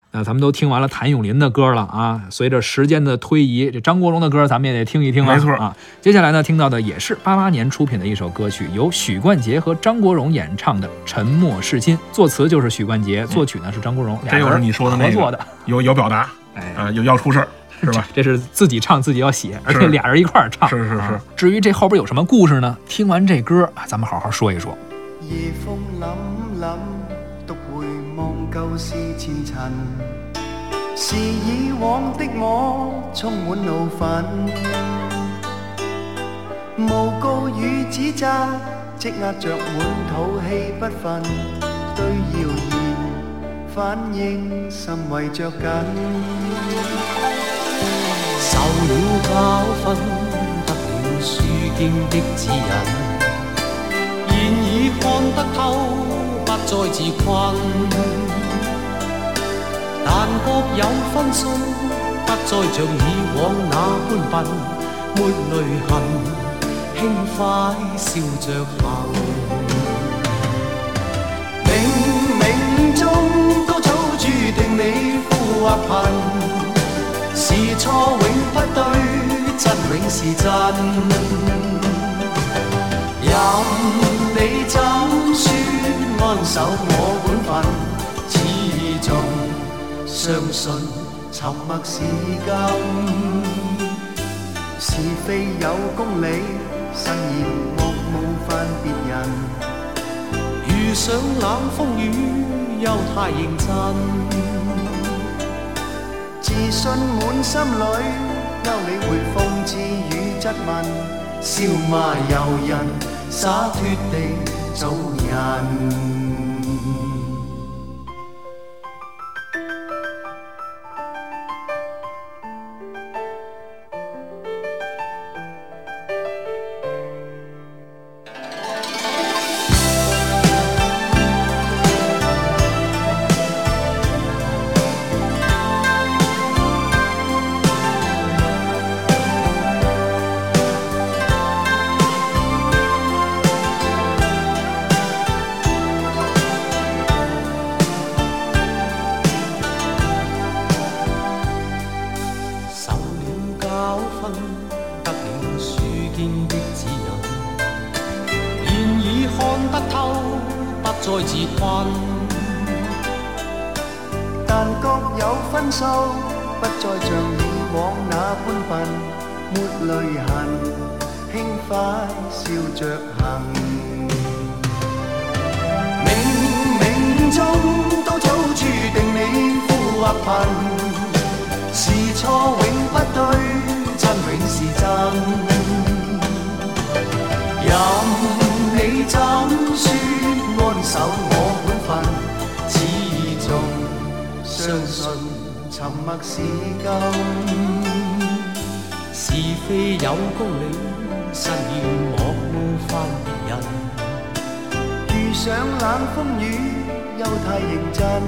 那咱们都听完了谭咏麟的歌了啊，随着时间的推移，这张国荣的歌咱们也得听一听啊。 没错啊。接下来呢，听到的也是88年出品的一首歌曲，由许冠杰和张国荣演唱的《沉默是金》，作词就是许冠杰，作曲呢是张国荣， 这又是你说的那个合作的， 有表达，要出事儿。是吧？ 这是自己唱自己要写，而且俩人一块儿唱。 是。 至于这后边有什么故事呢？听完这歌，咱们好好说一说。 夜風凜凜，獨回望舊事前塵，是以往的我充滿怒憤，誣告與指責積壓着滿肚氣不忿，對謠言反應甚為着緊。 受了教訓，得了書經的指引，現已看得透，不再自困。但各有分數，不再像以往那般笨，沒淚痕，輕快笑着行。 冥冥中都早注定你富或貧，是錯永不對，真永是真。任你怎說安守我本分，始終相信沉默是金。是非有公理，慎言莫冒犯別人。 遇上冷風雨，又太認真。 自信滿心裏，勾你會諷刺與質問，笑罵由人，灑脱地做人。 得了書經的指引，現已看得透，不再自困。 但各有分數，不再像以往那般笨，沒淚痕，輕快笑着行。冥冥中都早注定你富或貧，是錯永不對，真永是真。任你怎說安守我本分，始終相信沉默是金。 是非有公理，慎言莫冒犯別人。 遇上冷風雨，又太認真。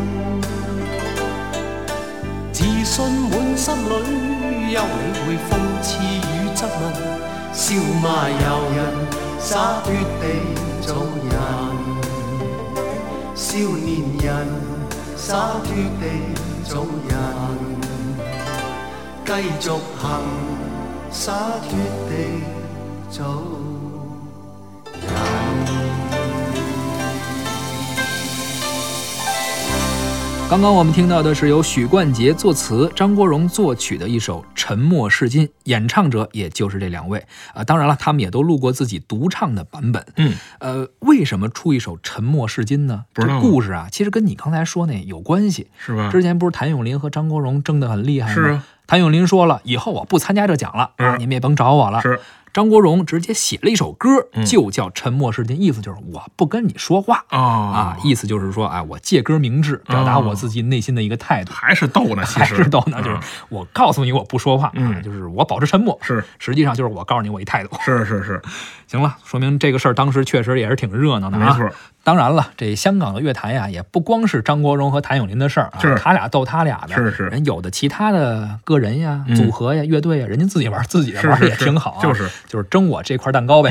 自信滿心裏，休理會諷刺與質問， 笑罵由人，灑脱地做人。少年人，灑脱地做人，繼續行，灑脱地做人。 刚刚我们听到的是由许冠杰作词、张国荣作曲的一首《沉默是金》，演唱者也就是这两位当然了，他们也都录过自己独唱的版本。为什么出一首《沉默是金》呢？这故事啊，其实跟你刚才说那有关系， 是吧？ 之前不是谭咏麟和张国荣争得很厉害吗？ 是啊。 谭咏麟说了，以后我不参加这奖了，你们也甭找我了。 是。 张国荣直接写了一首歌，就叫《沉默是金》，意思就是我不跟你说话意思就是说，我借歌明志，表达我自己内心的一个态度， 还是逗呢， 还是逗呢，就是我告诉你我不说话，就是我保持沉默， 是， 实际上就是我告诉你我一态度， 是， 行了，说明这个事儿当时确实也是挺热闹的没错。 当然了，这香港的乐坛呀，也不光是张国荣和谭咏麟的事儿他俩逗他俩的， 是人有的其他的个人呀、组合呀、乐队呀，人家自己玩自己的，玩的也挺好， 就是争我这块蛋糕呗。